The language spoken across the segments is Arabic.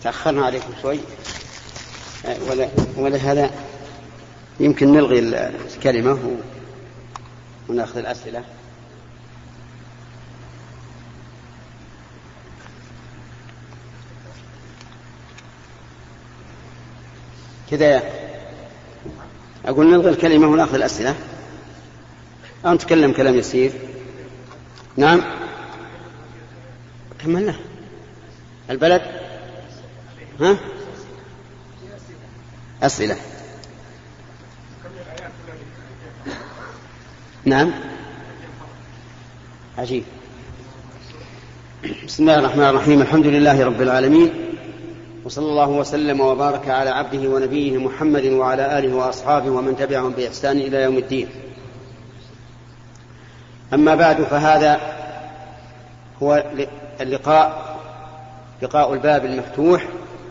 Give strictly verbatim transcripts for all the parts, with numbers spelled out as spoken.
تأخرنا عليكم شوي، ولا ولا هذا يمكن نلغي الكلمة ونأخذ الأسئلة. كذا أقول نلغي الكلمة ونأخذ الأسئلة أو نتكلم كلام يسير. نعم كملنا البلد. ها أسئلة. نعم عجيب. بسم الله الرحمن الرحيم. الحمد لله رب العالمين، وصلى الله وسلم وبارك على عبده ونبيه محمد وعلى آله وأصحابه ومن تبعهم بإحسان إلى يوم الدين. أما بعد، فهذا هو اللقاء لقاء الباب المفتوح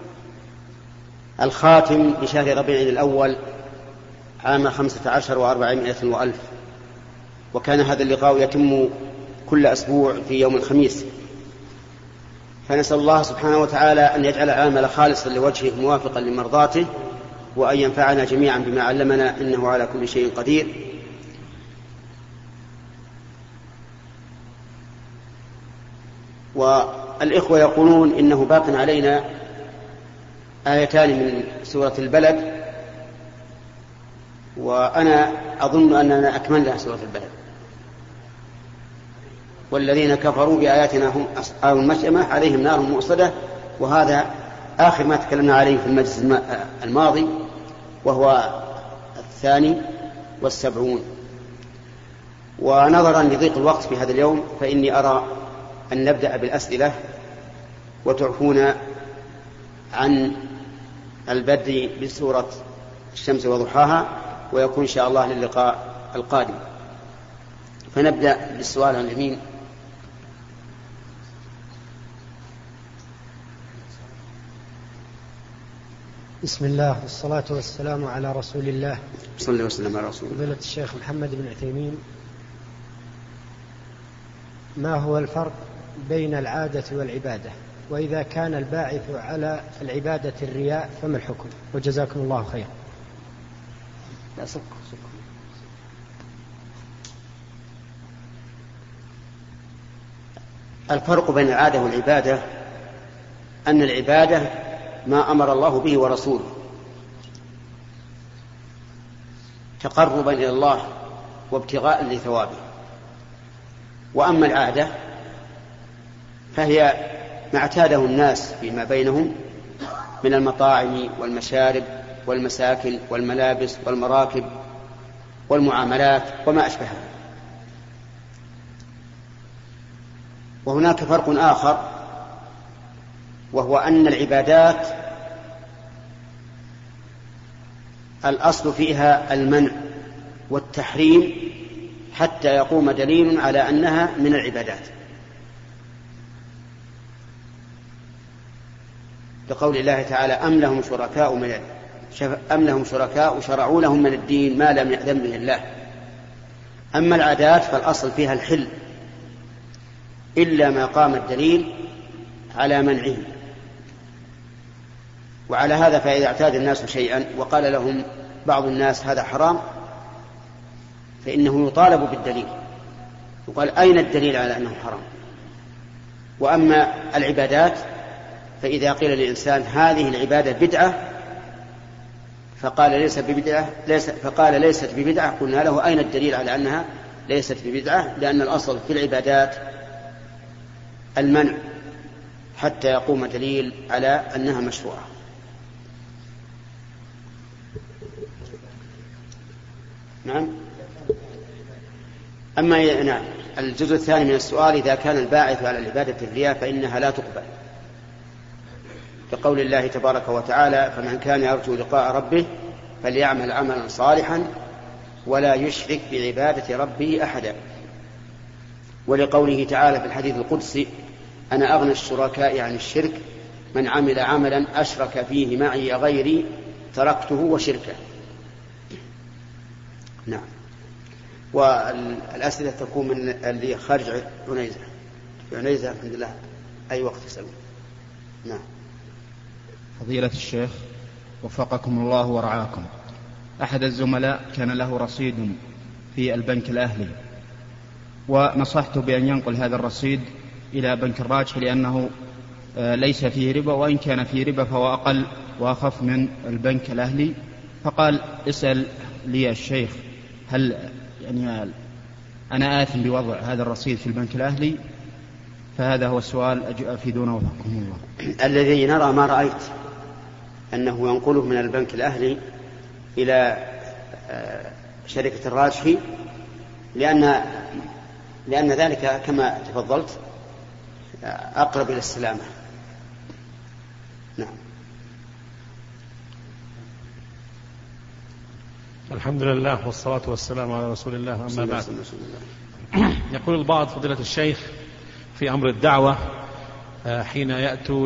الخاتم لشهر ربيع الأول عام خمسة عشر وأربعمائة وألف، وكان هذا اللقاء يتم كل أسبوع في يوم الخميس. فنسأل الله سبحانه وتعالى أن يجعل العمل خالصا لوجهه موافقا لمرضاته، وأن ينفعنا جميعا بما علمنا، إنه على كل شيء قدير. والإخوة يقولون إنه باق علينا آيتان من سورة البلد، وأنا أظن أننا أكملنا سورة البلد. والذين كفروا بآياتنا هم أصحاب المشأمة عليهم نار مؤصدة، وهذا آخر ما تكلمنا عليه في المجلس الماضي، وهو الثاني والسبعون. ونظرا لضيق الوقت في هذا اليوم، فإني أرى أن نبدأ بالأسئلة وتعفون عن البدء بسورة الشمس وضحاها، ويكون إن شاء الله للقاء القادم. فنبدأ بالسؤال عن اليمين. بسم الله والصلاة والسلام على رسول الله صلى الله وسلم على رسول الله. فضيلة الشيخ محمد بن عثيمين، ما هو الفرق بين العادة والعبادة؟ وإذا كان الباعث على العبادة الرياء فما الحكم؟ وجزاكم الله خير. لا سك سك. الفرق بين العادة والعبادة أن العبادة ما أمر الله به ورسوله تقربا إلى الله وابتغاء لثوابه، وأما العادة فهي ما اعتاده الناس فيما بينهم من المطاعم والمشارب والمساكن والملابس والمراكب والمعاملات وما أشبهها. وهناك فرق آخر، وهو أن العبادات الأصل فيها المنع والتحريم حتى يقوم دليل على أنها من العبادات، لقول الله تعالى: أم لهم شركاء من أم لهم شركاء شرعوا لهم من الدين ما لم يأذن به الله. أما العادات فالأصل فيها الحل إلا ما قام الدليل على منعه. وعلى هذا فإذا اعتاد الناس شيئا وقال لهم بعض الناس هذا حرام، فإنه يطالب بالدليل، يقال: أين الدليل على أنه حرام؟ وأما العبادات فإذا قيل للإنسان هذه العبادة بدعة فقال ليست ببدعة ليس فقال ليست ببدعة، قلنا له: أين الدليل على أنها ليست ببدعة؟ لأن الأصل في العبادات المنع حتى يقوم دليل على أنها مشروعة. نعم. أما نعم الجزء الثاني من السؤال: إذا كان الباعث على العبادة الرياء فإنها لا تقبل، كقول الله تبارك وتعالى: فمن كان يرجو لقاء ربه فليعمل عملا صالحا ولا يشرك بعبادة ربه أحدا. ولقوله تعالى في الحديث القدسي: أنا أغنى الشركاء عن الشرك، من عمل عملا أشرك فيه معي غيري تركته وشركه. نعم. والأسئلة تكون من اللي خارج عنيزة. في عنيزة الحمد لله أي وقت يسألون. نعم. فضيلة الشيخ وفقكم الله ورعاكم، أحد الزملاء كان له رصيد في البنك الأهلي، ونصحته بأن ينقل هذا الرصيد إلى بنك الراجح لأنه ليس فيه ربا، وإن كان فيه ربا فهو أقل وأخف من البنك الأهلي. فقال اسأل لي الشيخ هل يعني أنا آثم بوضع هذا الرصيد في البنك الأهلي؟ فهذا هو السؤال، أفيدونا وفقكم الله. الذي نرى ما رأيت أنه ينقله من البنك الأهلي إلى شركة الراجحي، لأن لأن ذلك كما تفضلت أقرب إلى السلامة. نعم. الحمد لله والصلاة والسلام على رسول الله، أما بعد. يقول البعض فضيلة الشيخ في أمر الدعوة حين يأتوا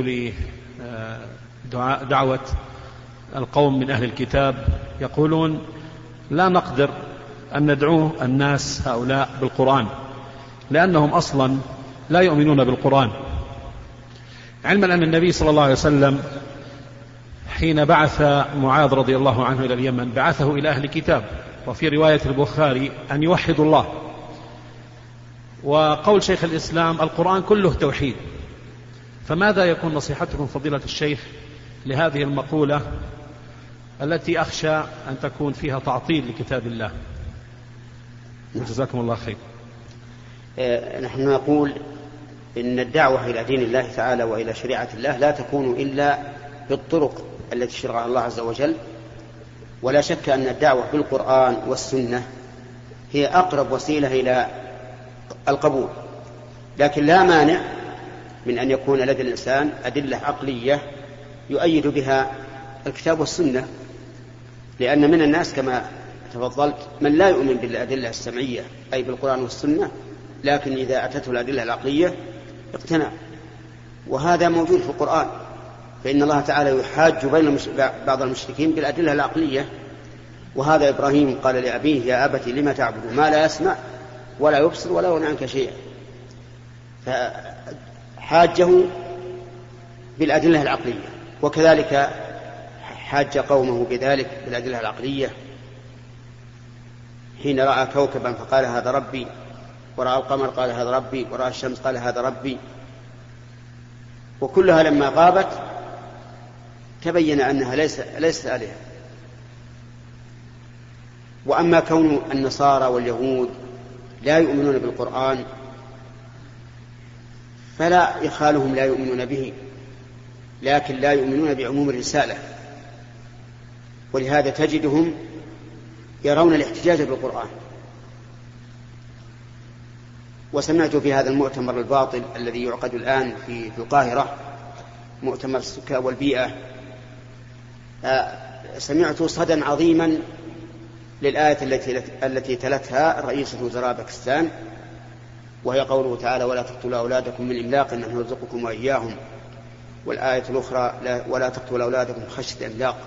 لدعوة القوم من أهل الكتاب يقولون لا نقدر أن ندعوه الناس هؤلاء بالقرآن لأنهم أصلا لا يؤمنون بالقرآن، علما أن النبي صلى الله عليه وسلم حين بعث معاذ رضي الله عنه إلى اليمن بعثه إلى أهل الكتاب، وفي رواية البخاري أن يوحدوا الله. وقول شيخ الإسلام القرآن كله توحيد، فماذا يكون نصيحتكم فضيلة الشيخ لهذه المقولة التي أخشى أن تكون فيها تعطيل لكتاب الله؟ جزاكم الله خير. نحن نقول إن الدعوة إلى دين الله تعالى وإلى شريعة الله لا تكون إلا بالطرق التي شرعها الله عز وجل، ولا شك أن الدعوة بالقرآن والسنة هي أقرب وسيلة إلى القبول، لكن لا مانع من أن يكون لدى الإنسان أدلة عقلية يؤيد بها الكتاب والسنة، لأن من الناس كما تفضلت من لا يؤمن بالأدلة السمعية أي بالقرآن والسنة، لكن إذا أتته الأدلة العقلية اقتنع، وهذا موجود في القرآن. فإن الله تعالى يحاج بين بعض المشركين بالأدلة العقلية، وهذا إبراهيم قال لأبيه يا أبت لما تعبد ما لا يسمع ولا يبصر ولا يغني عنك شيئا، فحاجه بالأدلة العقلية، وكذلك حاج قومه بذلك بالأدلة العقلية حين رأى كوكبا فقال هذا ربي، ورأى القمر قال هذا ربي، ورأى الشمس قال هذا ربي، وكلها لما غابت تبين أنها ليس ليست آلهة. وأما كون النصارى واليهود لا يؤمنون بالقرآن فلا يخالهم لا يؤمنون به، لكن لا يؤمنون بعموم الرسالة، ولهذا تجدهم يرون الاحتجاج بالقرآن. وسمعت في هذا المؤتمر الباطل الذي يعقد الآن في القاهرة، مؤتمر السكاء والبيئة، سمعت صدى عظيما للآية التي التي تلتها رئيسة وزراء باكستان، وهي قوله تعالى ولا تقتلوا أولادكم من إملاق نحن نرزقكم وإياهم، والآية الأخرى ولا تقتلوا أولادكم خشية إملاق،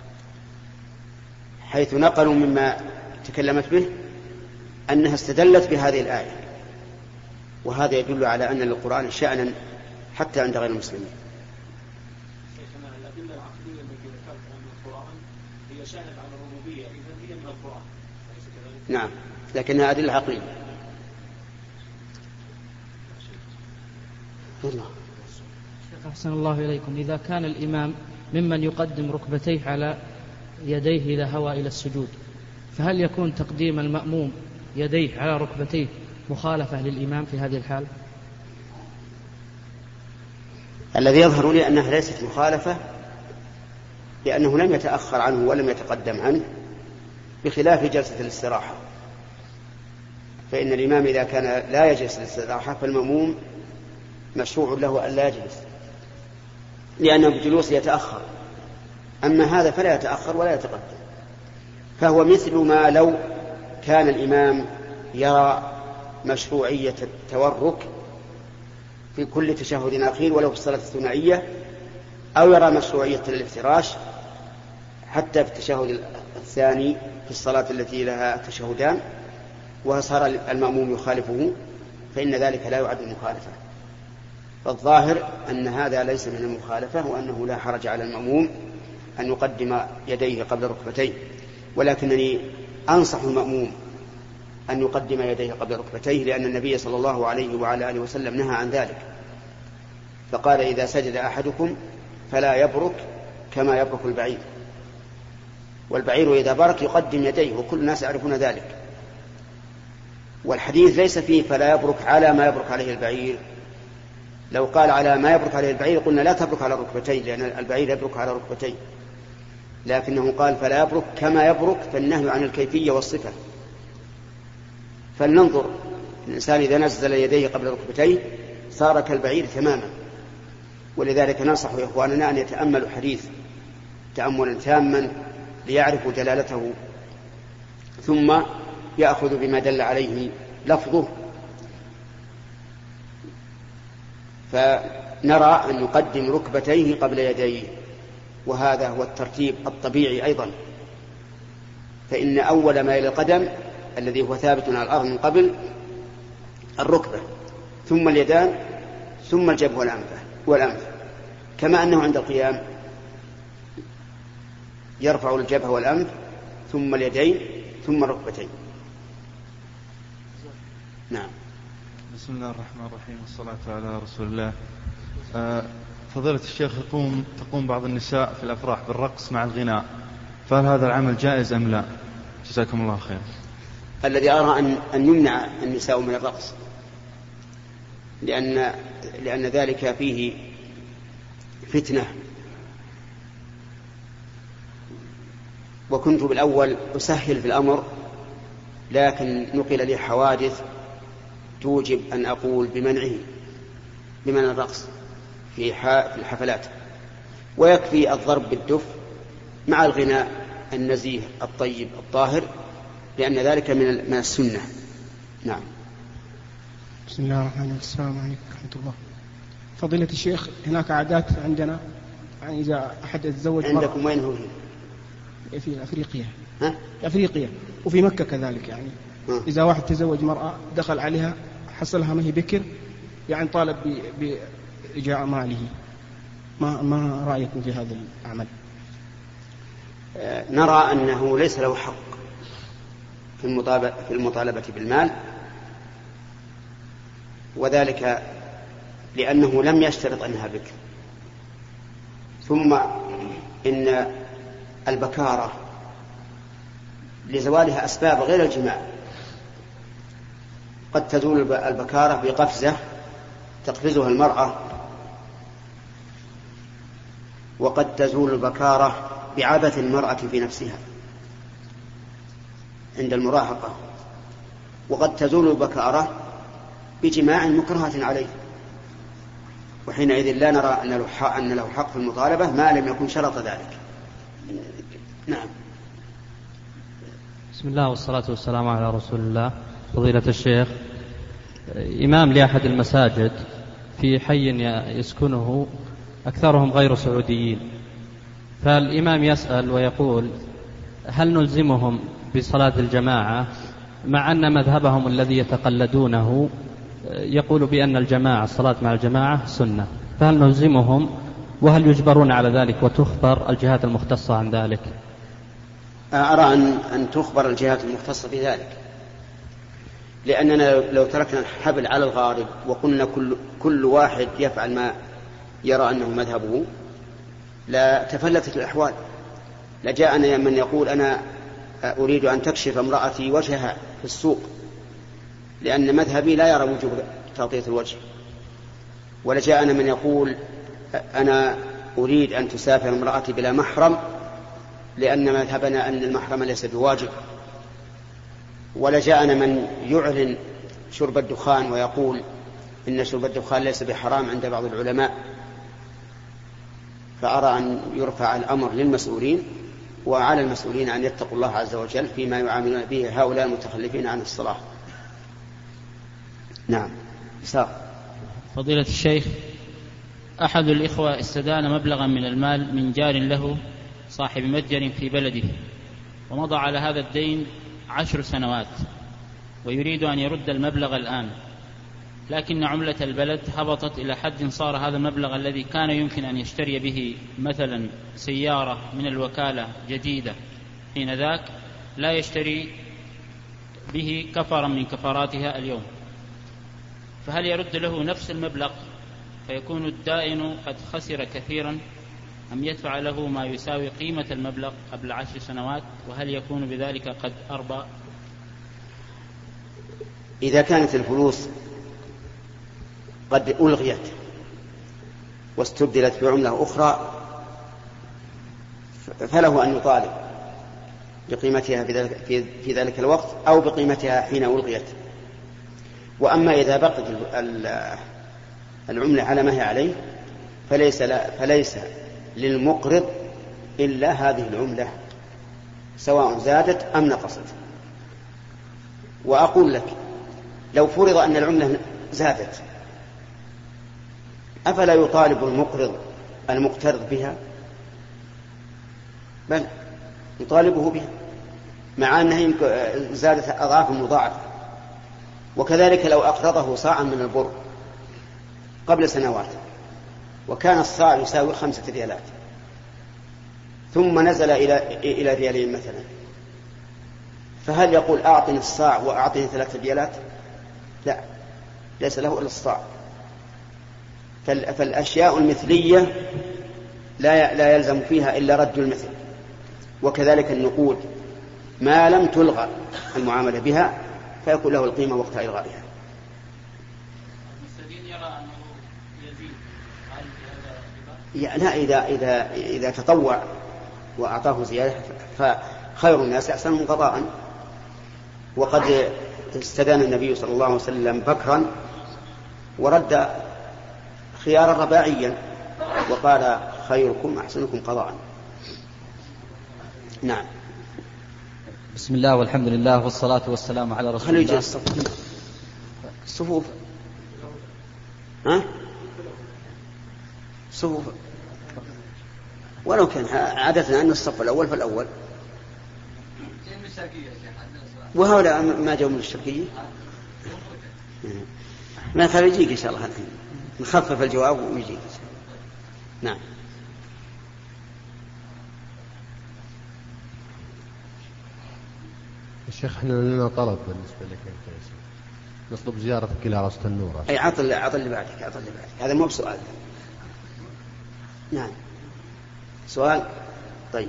حيث نقلوا مما تكلمت به أنها استدلت بهذه الآية، وهذا يدل على أن للقرآن شأنا حتى عند غير المسلمين. شيخنا الأدلة العقلية التي ذكرتها من القرآن هي شاهد على الربوبية، إذن هي من القرآن. نعم، لكنها أدلة عقلية. الله. شيخ أحسن الله إليكم، إذا كان الإمام ممن يقدم ركبتيه على يديه إذا هوى إلى السجود، فهل يكون تقديم المأموم يديه على ركبتيه مخالفة للإمام في هذه الحال؟ الذي يظهر لي أنها ليست مخالفة، لأنه لم يتأخر عنه ولم يتقدم عنه، بخلاف جلسة الاستراحة، فإن الإمام إذا كان لا يجلس الاستراحة فالمأموم مشروع له أن لا يجلس، لأنه بجلوس يتأخر، أما هذا فلا يتأخر ولا يتقدم، فهو مثل ما لو كان الإمام يرى مشروعية التورك في كل تشهد أخير ولو في الصلاة الثنائية، أو يرى مشروعية الافتراش حتى في التشهد الثاني في الصلاة التي لها تشهدان، وصار المأموم يخالفه، فإن ذلك لا يعد مخالفة. فالظاهر أن هذا ليس من المخالفة، وأنه لا حرج على المأموم أن يقدم يديه قبل ركبتيه، ولكنني أنصح المأموم أن يقدم يديه قبل ركبتيه، لأن النبي صلى الله عليه وعلى آله وسلم نهى عن ذلك، فقال إذا سجد أحدكم فلا يبرك كما يبرك البعير، والبعير إذا برك يقدم يديه، وكل الناس يعرفون ذلك. والحديث ليس فيه فلا يبرك على ما يبرك عليه البعير، لو قال على ما يبرك عليه البعير قلنا لا تبرك على ركبتين، لأن البعير يبرك على ركبتين، لكنه قال فلا يبرك كما يبرك، فالنهي عن الكيفية والصفة. فلننظر، الإنسان إذا نزل يديه قبل ركبتيه صار كالبعير تماما. ولذلك ننصح إخواننا أن يتأملوا حديث تأملا تاما ليعرفوا دلالته، ثم يأخذ بما دل عليه لفظه. فنرى أن يقدم ركبتيه قبل يديه، وهذا هو الترتيب الطبيعي أيضا، فإن أول ما إلى القدم الذي هو ثابت على الأرض من قبل الركبة، ثم اليدان، ثم الجبهة والأنف, والأنف كما أنه عند القيام يرفع الجبهة والأنف، ثم اليدين، ثم الركبتين. نعم. بسم الله الرحمن الرحيم، والصلاة على رسول الله. آه فضيلة الشيخ، يقوم تقوم بعض النساء في الأفراح بالرقص مع الغناء، فهل هذا العمل جائز أم لا؟ جزاكم الله خير. الذي أرى أن, أن يمنع النساء من الرقص، لأن, لأن ذلك فيه فتنة، وكنت بالأول أسهل في الأمر، لكن نقل لي حوادث توجب أن أقول بمنعه بمنع الرقص في الحفلات، ويكفي الضرب بالدف مع الغناء النزيه الطيب الطاهر، لأن ذلك من السنة. نعم. بسم الله الرحمن الرحيم. السلام عليكم ورحمة الله. فضيلة الشيخ، هناك عادات عندنا، يعني إذا أحد يتزوج عندكم وين هو؟ في أفريقيا. ها؟ في أفريقيا وفي مكة كذلك، يعني ها. إذا واحد تزوج مرأة دخل عليها حصلها ما هي بكر، يعني طالب بإجاء ماله، ما ما رأيكم في هذا العمل؟ آه نرى أنه ليس له حق في في المطالبة بالمال، وذلك لأنه لم يشترط أنها بكر. ثم إن البكارة لزوالها أسباب غير الجماع، قد تزول البكارة بقفزة تقفزها المرأة، وقد تزول البكارة بعبث المرأة في نفسها عند المراهقة، وقد تزول البكارة بجماع مكرهة عليه، وحينئذ لا نرى أن له حق, أن له حق في المطالبة ما لم يكن شرط ذلك. نعم. بسم الله والصلاة والسلام على رسول الله. فضيلة الشيخ، إمام لأحد المساجد في حي يسكنه أكثرهم غير سعوديين، فالإمام يسأل ويقول هل نلزمهم بصلاة الجماعة، مع أن مذهبهم الذي يتقلدونه يقول بأن الجماعة الصلاة مع الجماعة سنة، فهل نلزمهم وهل يجبرون على ذلك وتخبر الجهات المختصة عن ذلك؟ أرى أن, أن تخبر الجهات المختصة بذلك، لأننا لو تركنا الحبل على الغارب وقلنا كل, كل واحد يفعل ما يرى أنه مذهبه لا تفلتت الأحوال. لجاءنا من يقول أنا أريد أن تكشف امرأتي وجهها في السوق لأن مذهبي لا يرى وجوب تغطية الوجه، ولجاءنا من يقول أنا أريد أن تسافر امرأتي بلا محرم لأن مذهبنا أن المحرم ليس بواجب، ولجاءنا من يعلن شرب الدخان ويقول إن شرب الدخان ليس بحرام عند بعض العلماء. فأرى أن يرفع الأمر للمسؤولين، وعلى المسؤولين أن يتقوا الله عز وجل فيما يعاملون به هؤلاء المتخلفين عن الصلاة. نعم. ساق. فضيلة الشيخ، أحد الإخوة استدان مبلغا من المال من جار له صاحب متجر في بلده، ومضى على هذا الدين عشر سنوات، ويريد أن يرد المبلغ الآن، لكن عملة البلد هبطت إلى حد صار هذا المبلغ الذي كان يمكن أن يشتري به مثلا سيارة من الوكالة جديدة حين ذاك لا يشتري به كفرا من كفاراتها اليوم، فهل يرد له نفس المبلغ فيكون الدائن قد خسر كثيرا، أم يدفع له ما يساوي قيمة المبلغ قبل عشر سنوات، وهل يكون بذلك قد أربى؟ إذا كانت الفلوس قد ألغيت واستبدلت بعملة أخرى فله أن يطالب بقيمتها في ذلك الوقت أو بقيمتها حين ألغيت. وأما إذا بقت العملة على ما هي عليه فليس, لا فليس للمقرض إلا هذه العملة سواء زادت أم نقصت. وأقول لك لو فرض أن العملة زادت أفلا يطالب المقرض المقترض بها؟ بل يطالبه بها مع أنها زادت أضعاف مضاعفة. وكذلك لو أقرضه صاعا من البر قبل سنوات وكان الصاع يساوي خمسة ريالات ثم نزل إلى إلى ريالين مثلا، فهل يقول أعطني الصاع وأعطني ثلاثة ريالات؟ لا، ليس له إلا الصاع. فالأشياء المثلية لا لا يلزم فيها إلا رد المثل. وكذلك النقود ما لم تلغى المعاملة بها فيكون له القيمة وقت إلغائها. لا، إذا إذا إذا تطوع وأعطاه زيادة فخير الناس أحسنهم قضاء. وقد استدان النبي صلى الله عليه وسلم بكرا ورد خيارا رباعيا وقال خيركم أحسنكم قضاء. نعم. بسم الله والحمد لله والصلاة والسلام على رسول الله. الصفوف الصفوف ها صفوف ولو كان عادة أن الصف الأول فالأول، وهؤلاء ما جاءوا من الشرقية ما خريجيك إن شاء الله. نخفف الجواب ويجيك. نعم. الشيخ احنا لنا طلب بالنسبة لك انت، نطلب زيارتك إلى رأس النور. أي عطل عطل اللي بعدك عطل اللي بعدك، هذا مو بسؤال. نعم سؤال. طيب.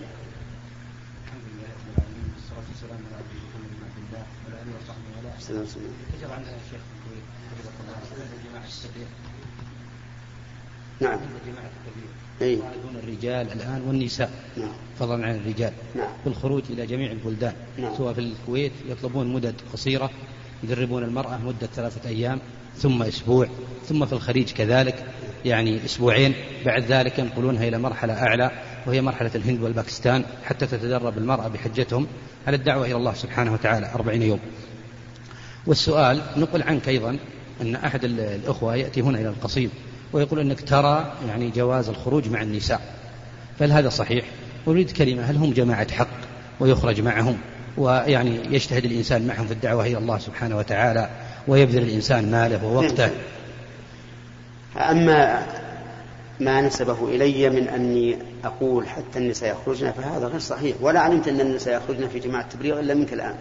سلام سلام. نعم. أي. دون الرجال الآن والنساء. نعم. فضلا عن الرجال. نعم. بالخروج إلى جميع البلدان. نعم. سواء في الكويت يطلبون مدد قصيرة يدربون المرأة مدة ثلاثة أيام ثم أسبوع، ثم في الخليج كذلك يعني أسبوعين، بعد ذلك ينقلونها إلى مرحلة أعلى وهي مرحلة الهند والباكستان حتى تتدرب المرأة بحجتهم على الدعوة إلى الله سبحانه وتعالى أربعين يوم. والسؤال نقل عنك أيضا أن أحد الأخوة يأتي هنا إلى القصيم ويقول أنك ترى يعني جواز الخروج مع النساء، فهل هذا صحيح؟ أريد كلمة، هل هم جماعة حق ويخرج معهم ويعني يجتهد الإنسان معهم في الدعوة إلى الله سبحانه وتعالى ويبذل الإنسان ماله ووقته؟ أما ما نسبه إلي من أني أقول حتى النساء يخرجن فهذا غير صحيح، ولا علمت أن النساء يخرجن في جماعة التبليغ إلا منك الآن.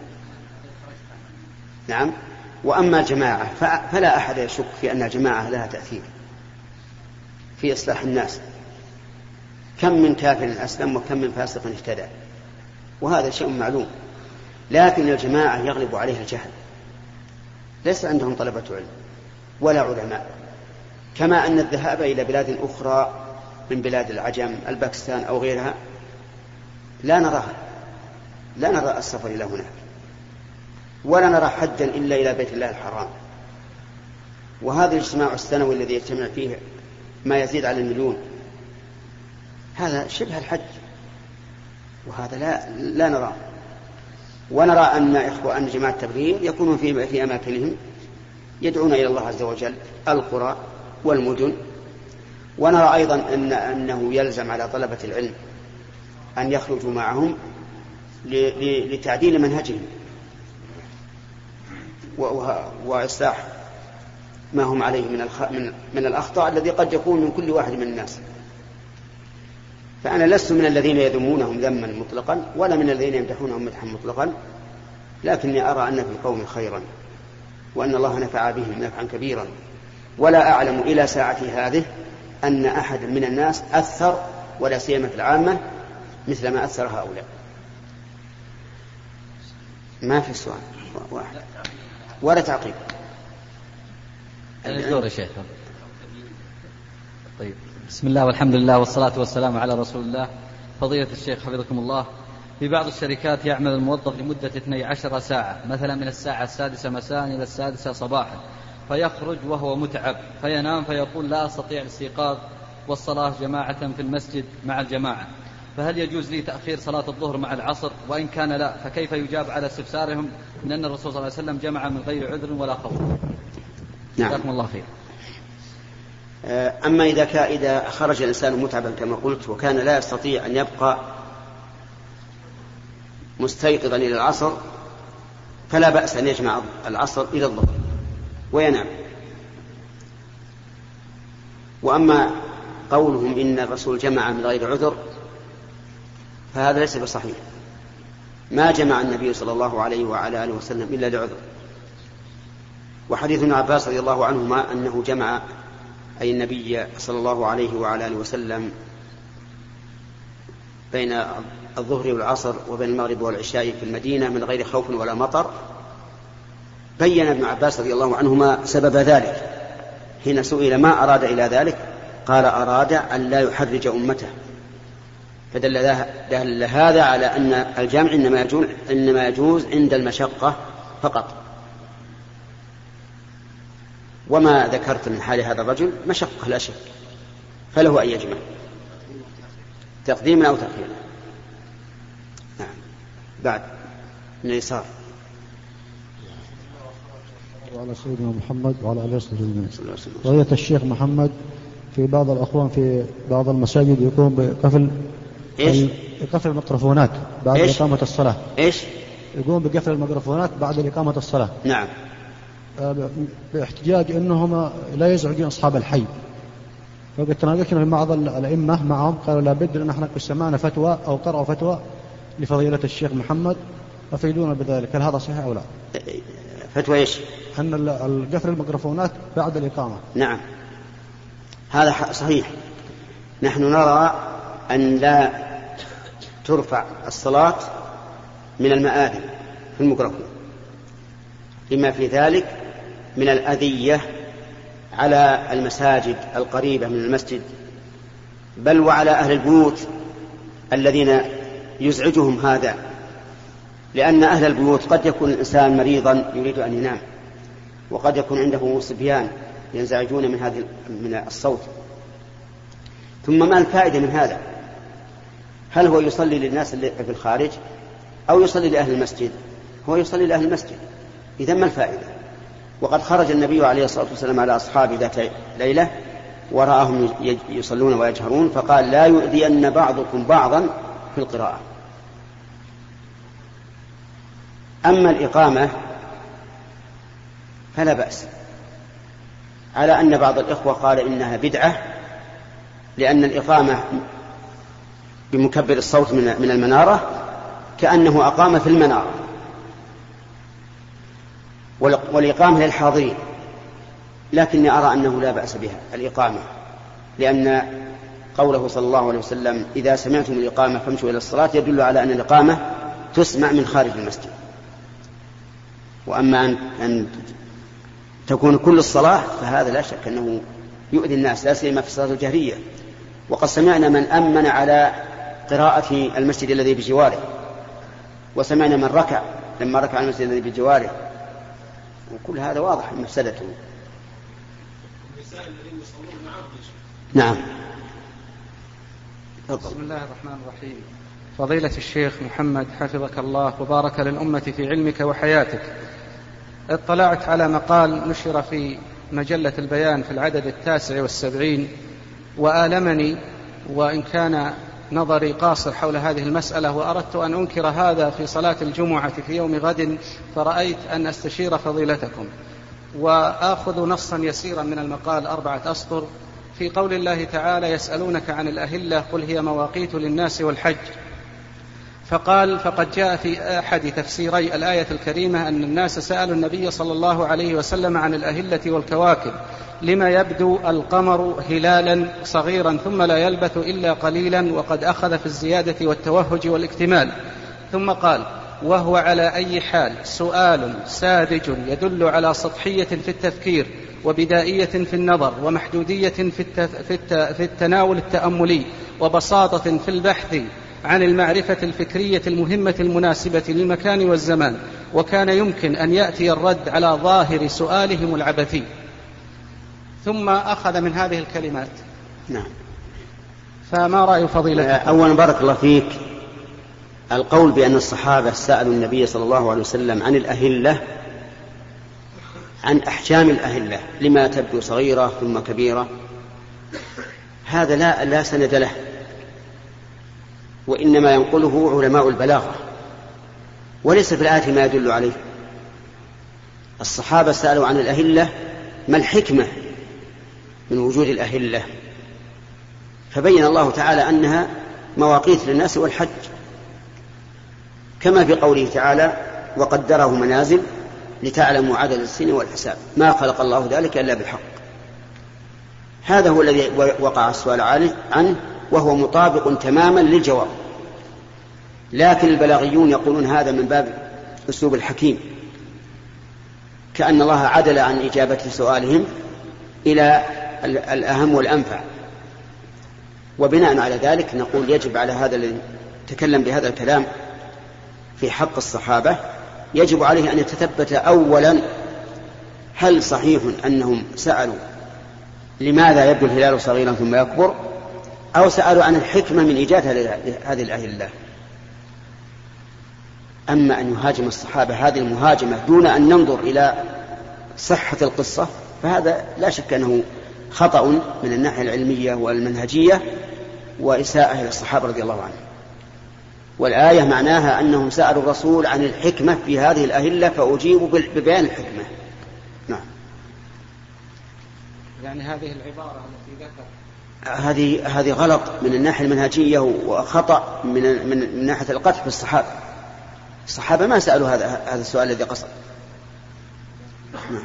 نعم. وأما الجماعة فلا أحد يشك في أن الجماعة لها تأثير في إصلاح الناس. كم من كافر أسلم وكم من فاسق اهتدى، وهذا شيء معلوم. لكن الجماعة يغلب عليها الجهل، ليس عندهم طلبة علم ولا علماء، كما أن الذهاب إلى بلاد أخرى من بلاد العجم الباكستان أو غيرها لا نراها، لا نرى السفر إلى هناك، ولا نرى حجا إلا إلى بيت الله الحرام. وهذا الاجتماع السنوي الذي يجتمع فيه ما يزيد على المليون هذا شبه الحج، وهذا لا لا نراه. ونرى أن إخوة أن جماعة التبليغ يكونون في في أماكنهم يدعون إلى الله عز وجل القرى والمدن. ونرى أيضا أن أنه يلزم على طلبة العلم أن يخرجوا معهم لتعديل منهجهم وإصلاح ما هم عليه من, الخ... من... من الأخطاء الذي قد يكون من كل واحد من الناس. فأنا لست من الذين يذمونهم ذما مطلقا ولا من الذين يمدحونهم مدحا مطلقا، لكني أرى أن في القوم خيرا وأن الله نفع بهم نفعا كبيرا، ولا أعلم إلى ساعتي هذه أن أحد من الناس أثر ولا سيما في العامة مثل ما أثر هؤلاء. ما في سؤال واحد ولا تعقيب. الدور يا شيخ. طيب، بسم الله والحمد لله والصلاة والسلام على رسول الله. فضيلة الشيخ حفظكم الله، في بعض الشركات يعمل الموظف لمدة اثنتي عشرة ساعة، مثلا من الساعة السادسة مساء إلى السادسة صباحا، فيخرج وهو متعب فينام فيقول لا أستطيع الاستيقاظ والصلاة جماعة في المسجد مع الجماعة، فهل يجوز لي تأخير صلاة الظهر مع العصر؟ وإن كان لا فكيف يجاب على استفسارهم من أن الرسول صلى الله عليه وسلم جمع من غير عذر ولا خوف؟ نعم. جزاكم الله خير. أما إذا كان إذا خرج الإنسان متعبا كما قلت وكان لا يستطيع أن يبقى مستيقظا إلى العصر فلا بأس أن يجمع العصر إلى الظهر وينام. وأما قولهم إن الرسول جمع من غير عذر فهذا ليس بصحيح. ما جمع النبي صلى الله عليه وعلى آله وسلم إلا لعذر. وحديث ابن عباس رضي الله عنهما أنه جمع أي النبي صلى الله عليه وعلى آله وسلم بين الظهر والعصر وبين المغرب والعشاء في المدينة من غير خوف ولا مطر. بين ابن عباس رضي الله عنهما سبب ذلك حين سئل ما أراد إلى ذلك قال أراد أن لا يحرج أمته، فدل دل هذا على أن الجمع إنما يجوز, إنما يجوز عند المشقة فقط. وما ذكرت من حال هذا الرجل مشقة لا شك، فله أن يجمع تقديما أو تأخيرا. نعم. بعد من اليسار. وعلى سيدنا محمد وعلى آله وصحبه أجمعين. رؤية الشيخ محمد في بعض الأخوان في بعض المساجد يقوم بقفل إيش؟ بقفل الميكروفونات بعد إيش؟ إقامة الصلاة. إيش؟ يقوم بقفل الميكروفونات بعد إقامة الصلاة. نعم. باحتجاج أنهم لا يزعجون أصحاب الحي. فقد تناقشنا في بعض الأئمة معهم قالوا لابد أن احنا سمعنا فتوى أو قرأوا فتوى لفضيلة الشيخ محمد أفيدونا بذلك، هل هذا صحيح أو لا؟ فتوى إيش؟ أن قفل الميكروفونات بعد الإقامة. نعم هذا صحيح. نحن نرى أن لا ترفع الصلاة من المآذن في الميكروفون لما في ذلك من الأذية على المساجد القريبة من المسجد، بل وعلى أهل البيوت الذين يزعجهم هذا، لأن أهل البيوت قد يكون الإنسان مريضا يريد أن ينام، وقد يكون عنده صبيان ينزعجون من هذا من الصوت. ثم ما الفائدة من هذا؟ هل هو يصلي للناس اللي في الخارج أو يصلي لأهل المسجد؟ هو يصلي لأهل المسجد، إذا ما الفائدة؟ وقد خرج النبي عليه الصلاة والسلام على أصحابه ذات ليلة ورآهم يصلون ويجهرون فقال لا يؤذين بعضكم بعضا في القراءة. أما الإقامة فلا بأس، على أن بعض الإخوة قال إنها بدعة لأن الإقامة بمكبر الصوت من المنارة كأنه أقام في المنارة، والإقامة للحاضرين، لكني أرى أنه لا بأس بها الإقامة، لأن قوله صلى الله عليه وسلم إذا سمعتم الإقامة فامشوا إلى الصلاة يدل على أن الإقامة تسمع من خارج المسجد. وأما أن تكون كل الصلاة فهذا لا شك أنه يؤذي الناس، لا سيما في الصلاة الجهرية. وقد سمعنا من أمن على قراءة المسجد الذي بجواره، وسمعنا من ركع لما ركع المسجد الذي بجواره، وكل هذا واضح مفسدته. نعم. بسم الله الرحمن الرحيم. فضيلة الشيخ محمد حفظك الله وبارك للأمة في علمك وحياتك، اطلعت على مقال نشر في مجلة البيان في العدد التاسع والسبعين وآلمني، وإن كان نظري قاصر حول هذه المسألة، وأردت أن أنكر هذا في صلاة الجمعة في يوم غد، فرأيت أن أستشير فضيلتكم. وآخذ نصا يسيرا من المقال أربعة أسطر في قول الله تعالى: يسألونك عن الأهلة قل هي مواقيت للناس والحج. فقال: فقد جاء في أحد تفسيري الآية الكريمة أن الناس سألوا النبي صلى الله عليه وسلم عن الأهلة والكواكب لما يبدو القمر هلالا صغيرا ثم لا يلبث إلا قليلا، وقد أخذ في الزيادة والتوهج والاكتمال. ثم قال: وهو على أي حال سؤال ساذج يدل على سطحية في التفكير وبدائية في النظر ومحدودية في, التف... في, الت... في التناول التأملي وبساطة في البحث عن المعرفة الفكرية المهمة المناسبة للمكان والزمان، وكان يمكن أن يأتي الرد على ظاهر سؤالهم العبثي. ثم أخذ من هذه الكلمات. نعم. فما رأي فضيلتك؟ أولا بارك الله فيك، القول بأن الصحابة سألوا النبي صلى الله عليه وسلم عن الأهلة، عن أحجام الأهلة لما تبدو صغيرة ثم كبيرة، هذا لا, لا سند له، وإنما ينقله علماء البلاغة، وليس في الآية ما يدل عليه. الصحابة سألوا عن الأهلة ما الحكمة من وجود الأهلة، فبين الله تعالى أنها مواقيت للناس والحج، كما في قوله تعالى: وقدره منازل لتعلموا عدد السنين والحساب ما خلق الله ذلك إلا بالحق. هذا هو الذي وقع السؤال عنه، وهو مطابق تماما للجواب. لكن البلاغيون يقولون هذا من باب أسلوب الحكيم، كأن الله عدل عن إجابة سؤالهم إلى الأهم والأنفع. وبناء على ذلك نقول يجب على هذا الذي تكلم بهذا الكلام في حق الصحابة، يجب عليه أن يتثبت أولا هل صحيح أنهم سألوا لماذا يبدو الهلال صغيرا ثم يكبر، أو سألوا عن الحكمة من إيجاد هذه الأهلة. أما أن يهاجم الصحابة هذه المهاجمة دون أن ننظر إلى صحة القصة، فهذا لا شك أنه خطأ من الناحية العلمية والمنهجية وإساءة إلى الصحابة رضي الله عنهم. والآية معناها أنهم سألوا الرسول عن الحكمة في هذه الأهلة فأجيبوا ببيان الحكمة. نعم. يعني هذه العبارة التي ذكر هذه هذه غلط من الناحية المنهجية وخطأ من من ناحية القدح في الصحابة. الصحابة ما سألوا هذا هذا السؤال الذي قصد. نعم.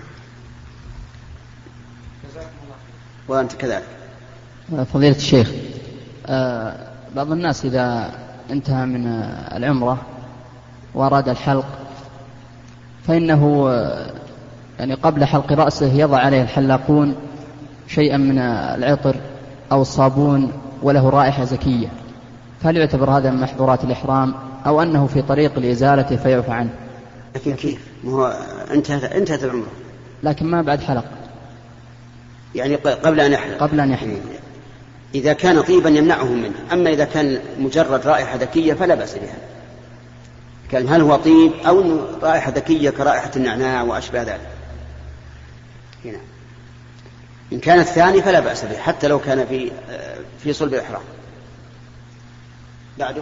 وأنت كذلك. فضيلة الشيخ، بعض الناس إذا انتهى من العمرة وأراد الحلق فإنه يعني قبل حلق رأسه يضع عليه الحلاقون شيئا من العطر أو الصابون وله رائحة زكية، فهل يعتبر هذا من محظورات الإحرام أو أنه في طريق لإزالته فيعفى عنه؟ لكن كيف؟ هو انتهت انتهت العمرة لكن ما بعد حلق، يعني قبل أن يحلق. قبل أن يحلق إذا كان طيبا يمنعهم منه، أما إذا كان مجرد رائحة ذكية فلا بأس بها. كان هل هو طيب أو رائحة ذكية كرائحة النعناع وأشبه ذلك. هنا إن كان الثاني فلا بأس به حتى لو كان في في صلب الإحرام. بعده.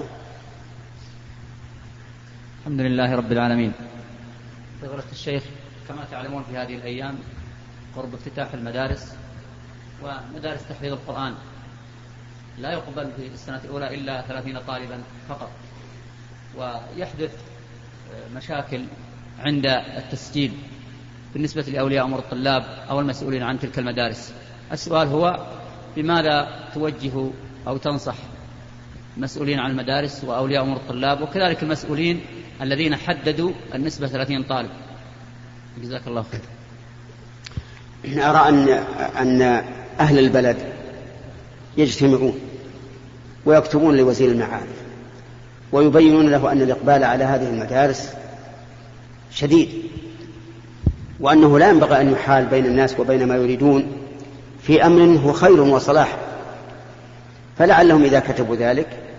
الحمد لله رب العالمين. فضيلة الشيخ، كما تعلمون في هذه الأيام قرب افتتاح المدارس، ومدارس تحفيظ القرآن لا يقبل في السنة الأولى إلا ثلاثين طالبا فقط، ويحدث مشاكل عند التسجيل بالنسبة لأولياء أمور الطلاب أو المسؤولين عن تلك المدارس. السؤال هو: بماذا توجه أو تنصح المسؤولين عن المدارس وأولياء أمور الطلاب وكذلك المسؤولين الذين حددوا النسبة ثلاثين طالب؟ جزاك الله خير. أرى أن أن أهل البلد يجتمعون ويكتبون لوزير المعارف ويبينون له أن الإقبال على هذه المدارس شديد، وأنه لا ينبغي أن يحال بين الناس وبين ما يريدون في أمر هو خير وصلاح. فلعلهم إذا كتبوا ذلك